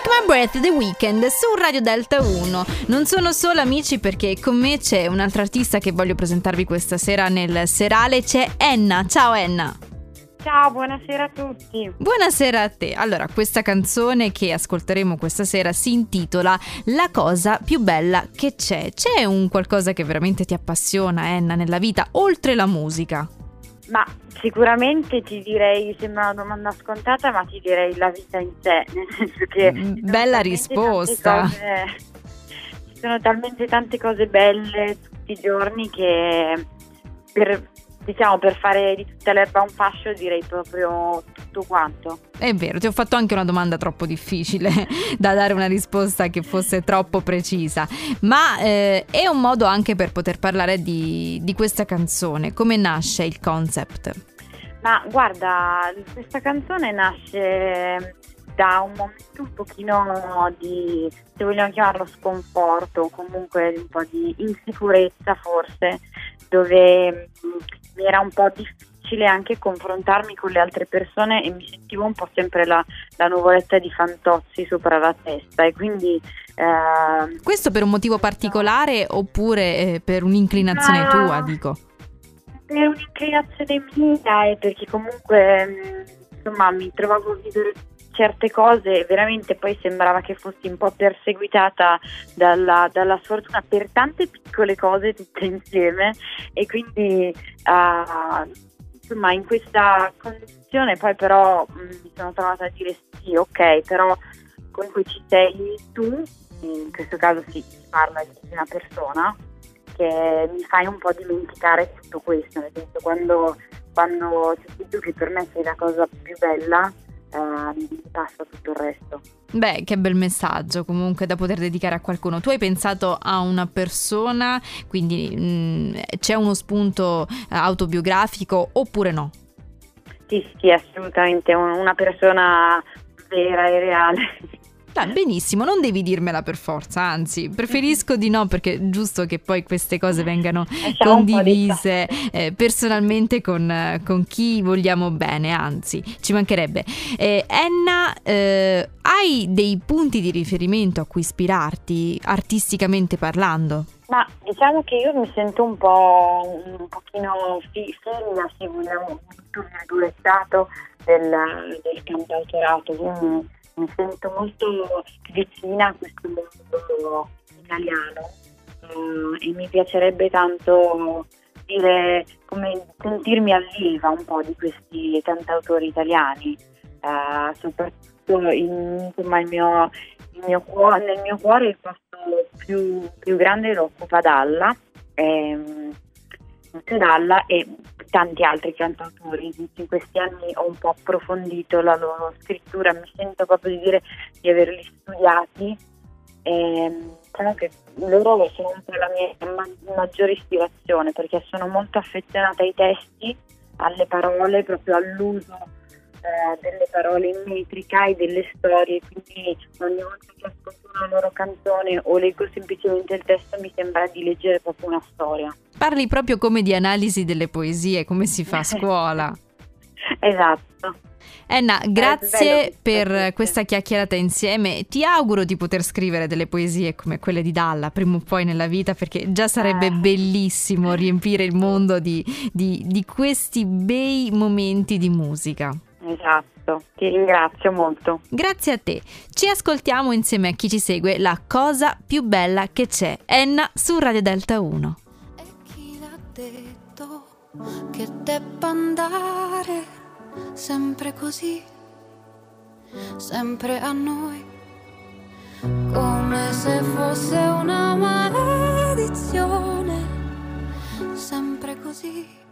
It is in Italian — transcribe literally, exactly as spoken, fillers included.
My Breath, The Weeknd su Radio Delta uno. Non sono solo amici, perché con me c'è un'altra artista che voglio presentarvi questa sera nel serale. C'è Enna. Ciao Enna. Ciao, buonasera a tutti. Buonasera a te. Allora, questa canzone che ascolteremo questa sera si intitola La cosa più bella che c'è. C'è un qualcosa che veramente ti appassiona, Enna, nella vita, oltre la musica? Ma sicuramente ti direi, sembra una domanda scontata, ma ti direi la vita in sé, nel senso che bella risposta. Cose, ci sono talmente tante cose belle tutti i giorni che per diciamo per fare di tutta l'erba un fascio direi proprio tutto quanto. È vero, ti ho fatto anche una domanda troppo difficile da dare una risposta che fosse troppo precisa, ma eh, è un modo anche per poter parlare di, di questa canzone. Come nasce il concept? Ma guarda, questa canzone nasce da un momento un pochino di, se vogliamo chiamarlo, sconforto, o comunque un po' di insicurezza forse, dove mi era un po' difficile anche confrontarmi con le altre persone e mi sentivo un po' sempre la, la nuvoletta di Fantozzi sopra la testa, e quindi eh, questo per un motivo particolare oppure eh, per un'inclinazione no, tua, dico? Per un'inclinazione mia, e perché comunque insomma mi trovavo a vivere certe cose, veramente poi sembrava che fossi un po' perseguitata dalla, dalla sfortuna per tante piccole cose tutte insieme, e quindi uh, insomma in questa condizione poi però mh, mi sono trovata a dire sì, ok, però comunque ci sei tu, in questo caso sì, si parla di una persona che mi fai un po' dimenticare tutto questo, nel senso quando, quando sei tu che per me sei la cosa più bella, Uh, mi passa tutto il resto. Beh, che bel messaggio comunque da poter dedicare a qualcuno. Tu hai pensato a una persona, quindi mh, c'è uno spunto autobiografico oppure no? Sì, sì, assolutamente, una persona vera e reale. Ah, benissimo, non devi dirmela per forza, anzi preferisco di no, perché è giusto che poi queste cose vengano Lasciamo condivise eh, personalmente con, con chi vogliamo bene, anzi ci mancherebbe. eh, Enna, eh, hai dei punti di riferimento a cui ispirarti artisticamente parlando? Ma diciamo che io mi sento un po' un pochino fi- figlia, se vogliamo, tutto virgolettato del, del cantautorato, quindi mi sento molto vicina a questo mondo italiano, eh, e mi piacerebbe tanto dire, come sentirmi allieva un po' di questi cantautori italiani, eh, soprattutto in, insomma, il mio, il mio cuore, nel mio cuore il posto più, più grande lo occupa Dalla, ehm, Dalla e tanti altri cantautori. In questi anni ho un po' approfondito la loro scrittura, mi sento proprio di dire di averli studiati, e diciamo che loro sono un po' la mia ma- maggiore ispirazione, perché sono molto affezionata ai testi, alle parole, proprio all'uso eh, delle parole in metrica e delle storie, quindi ogni volta che ascolto una loro canzone o leggo semplicemente il testo mi sembra di leggere proprio una storia. Parli proprio come di analisi delle poesie, come si fa a scuola. Esatto. Enna, grazie per questa chiacchierata insieme. Ti auguro di poter scrivere delle poesie come quelle di Dalla prima o poi nella vita, perché già sarebbe eh. bellissimo riempire il mondo di, di, di questi bei momenti di musica. Esatto, ti ringrazio molto. Grazie a te. Ci ascoltiamo insieme a chi ci segue La cosa più bella che c'è. Enna su Radio Delta uno. E chi l'ha detto che debba andare sempre così, sempre a noi, come se fosse una maledizione, sempre così.